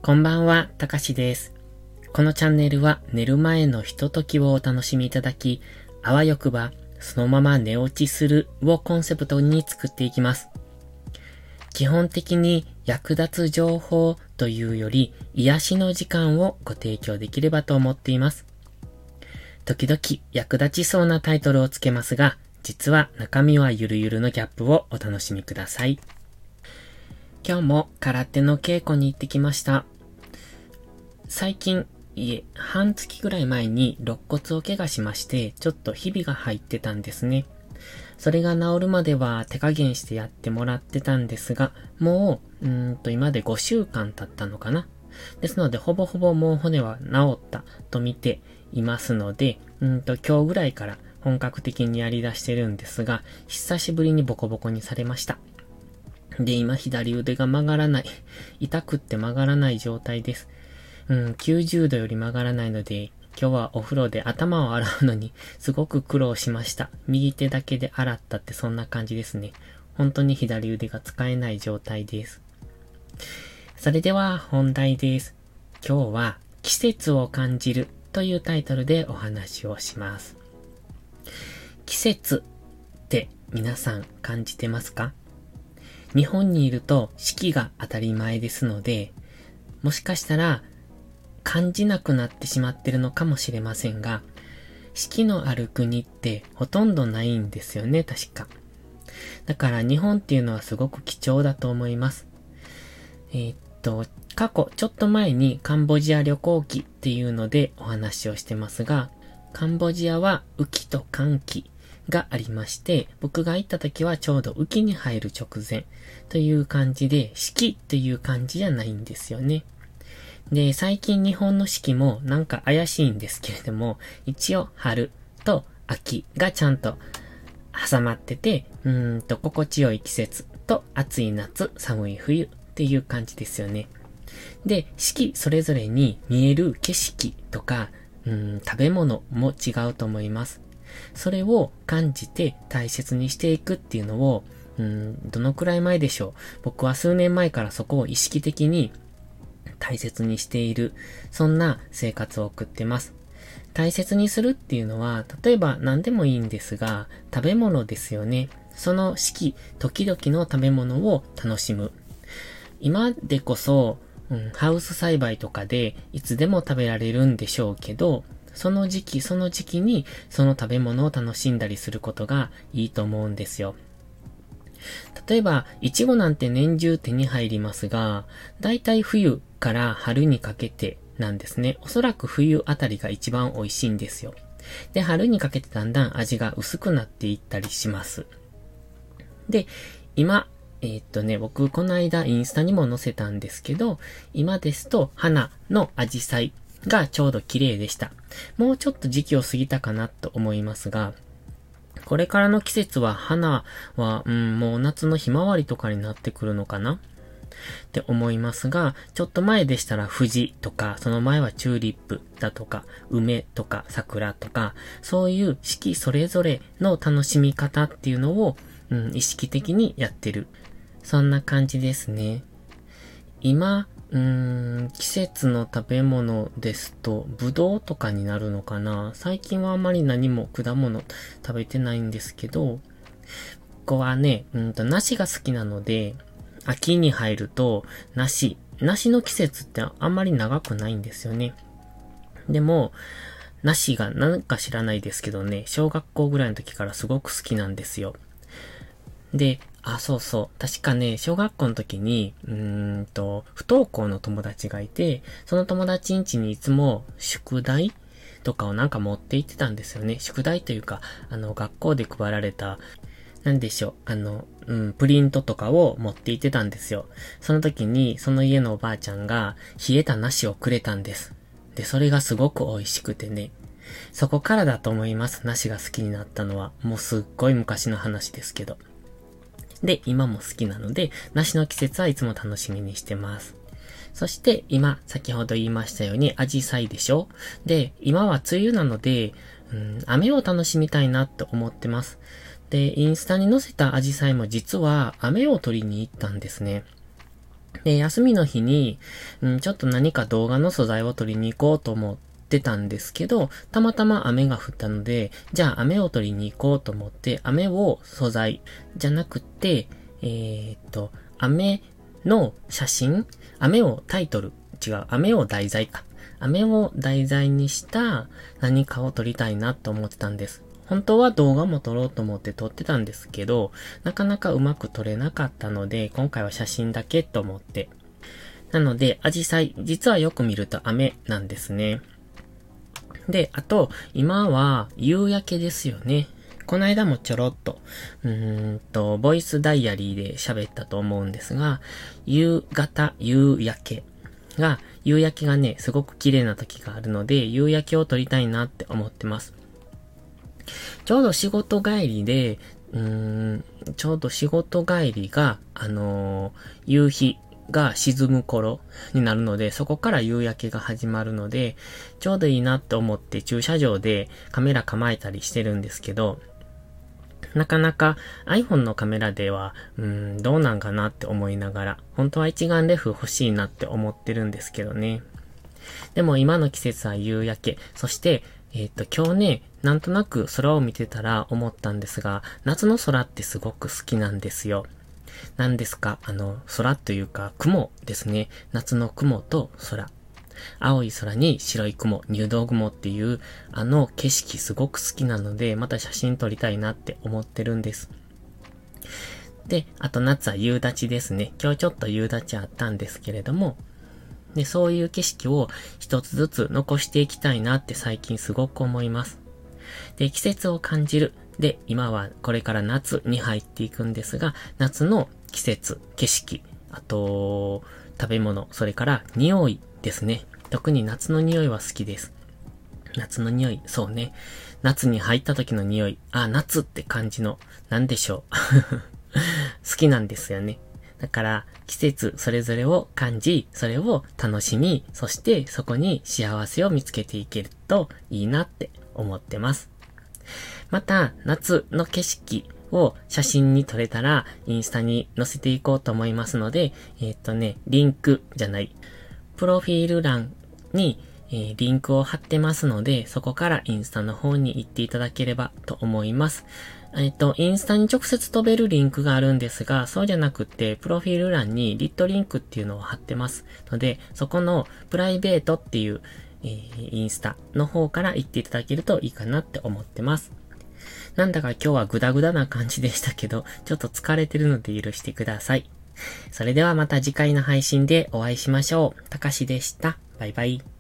こんばんは、たかしです。このチャンネルは寝る前のひとときをお楽しみいただき、あわよくばそのまま寝落ちするをコンセプトに作っていきます。基本的に役立つ情報というより癒しの時間をご提供できればと思っています。時々役立ちそうなタイトルをつけますが、実は中身はゆるゆるのギャップをお楽しみください。今日も空手の稽古に行ってきました。最近、半月ぐらい前に肋骨を怪我しまして、ちょっとひびが入ってたんですね。それが治るまでは手加減してやってもらってたんですが、もう、今で5週間経ったのかな。ですので、ほぼほぼもう骨は治ったと見ていますので、今日ぐらいから本格的にやり出してるんですが、久しぶりにボコボコにされました。で、今左腕が曲がらない。痛くって曲がらない状態です。90度より曲がらないので、今日はお風呂で頭を洗うのにすごく苦労しました。右手だけで洗ったってそんな感じですね。本当に左腕が使えない状態です。それでは本題です。今日は季節を感じるというタイトルでお話をします。季節って皆さん感じてますか？日本にいると四季が当たり前ですので、もしかしたら感じなくなってしまってるのかもしれませんが、四季のある国ってほとんどないんですよね、確か。だから日本っていうのはすごく貴重だと思います。過去ちょっと前にカンボジア旅行記っていうのでお話をしてますが、カンボジアは雨季と乾季がありまして、僕が行った時はちょうど雨季に入る直前という感じで、四季っていう感じじゃないんですよね。で、最近日本の四季もなんか怪しいんですけれども、一応春と秋がちゃんと挟まってて、心地よい季節と暑い夏、寒い冬っていう感じですよね。で、四季それぞれに見える景色とか、食べ物も違うと思います。それを感じて大切にしていくっていうのを、どのくらい前でしょう。僕は数年前からそこを意識的に大切にしている、そんな生活を送ってます。大切にするっていうのは、例えば何でもいいんですが、食べ物ですよね。その四季、時々の食べ物を楽しむ。今でこそ、ハウス栽培とかでいつでも食べられるんでしょうけど、その時期にその食べ物を楽しんだりすることがいいと思うんですよ。例えば、イチゴなんて年中手に入りますが、だいたい冬から春にかけてなんですね。おそらく冬あたりが一番美味しいんですよ。で、春にかけてだんだん味が薄くなっていったりします。で、今、僕この間インスタにも載せたんですけど、今ですと花のアジサイがちょうど綺麗でした。もうちょっと時期を過ぎたかなと思いますが、これからの季節は花は、もう夏のひまわりとかになってくるのかなって思いますが、ちょっと前でしたら藤とか、その前はチューリップだとか、梅とか桜とか、そういう四季それぞれの楽しみ方っていうのを、意識的にやってる。そんな感じですね。今、季節の食べ物ですと、ぶどうとかになるのかな。最近はあまり何も果物食べてないんですけど、ここはね、梨が好きなので、秋に入ると、梨の季節ってあんまり長くないんですよね。でも、梨がなんか知らないですけどね、小学校ぐらいの時からすごく好きなんですよ。で、そうそう。確かね、小学校の時に、不登校の友達がいて、その友達ん家にいつも宿題とかをなんか持って行ってたんですよね。宿題というか、学校で配られた、なんでしょう、プリントとかを持って行ってたんですよ。その時に、その家のおばあちゃんが冷えた梨をくれたんです。で、それがすごく美味しくてね。そこからだと思います。梨が好きになったのは。もうすっごい昔の話ですけど。で、今も好きなので、梨の季節はいつも楽しみにしてます。そして今、先ほど言いましたように、アジサイでしょ？で、今は梅雨なので、雨を楽しみたいなと思ってます。で、インスタに載せたアジサイも実は雨を取りに行ったんですね。 で、休みの日に、ちょっと何か動画の素材を取りに行こうと思ってたんですけど、たまたま雨が降ったので、じゃあ雨を取りに行こうと思って、雨を素材じゃなくて、雨の写真、雨をタイトル、違う、雨を題材か。雨を題材にした何かを撮りたいなと思ってたんです。本当は動画も撮ろうと思って撮ってたんですけど、なかなかうまく撮れなかったので、今回は写真だけと思って。なので、アジサイ、実はよく見ると雨なんですね。で、あと、今は夕焼けですよね。この間もちょろっと、ボイスダイアリーで喋ったと思うんですが、夕方、夕焼けが、夕焼けがね、すごく綺麗な時があるので、夕焼けを撮りたいなって思ってます。ちょうど仕事帰りで、ちょうど仕事帰りが、夕日が沈む頃になるので、そこから夕焼けが始まるので、ちょうどいいなって思って駐車場でカメラ構えたりしてるんですけど、なかなか iPhone のカメラでは、どうなんかなって思いながら、本当は一眼レフ欲しいなって思ってるんですけどね。でも今の季節は夕焼け、そして、今日ね、なんとなく空を見てたら思ったんですが、夏の空ってすごく好きなんですよ。何ですか？空というか雲ですね。夏の雲と空。青い空に白い雲、入道雲っていう景色すごく好きなので、また写真撮りたいなって思ってるんです。で、あと夏は夕立ですね。今日ちょっと夕立あったんですけれども、で、そういう景色を一つずつ残していきたいなって最近すごく思います。で、季節を感じる。で、今はこれから夏に入っていくんですが、夏の季節、景色、あと、食べ物、それから匂いですね。特に夏の匂いは好きです。夏の匂い、そうね。夏に入った時の匂い、夏って感じの、なんでしょう。好きなんですよね。だから、季節それぞれを感じ、それを楽しみ、そしてそこに幸せを見つけていけるといいなって思ってます。また、夏の景色を写真に撮れたら、インスタに載せていこうと思いますので、リンクじゃない、プロフィール欄に、リンクを貼ってますので、そこからインスタの方に行っていただければと思います。インスタに直接飛べるリンクがあるんですが、そうじゃなくて、プロフィール欄にリットリンクっていうのを貼ってますので、そこのプライベートっていう、インスタの方から行っていただけるといいかなって思ってます。なんだか今日はグダグダな感じでしたけど、ちょっと疲れてるので許してください。それではまた次回の配信でお会いしましょう。たかしでした。バイバイ。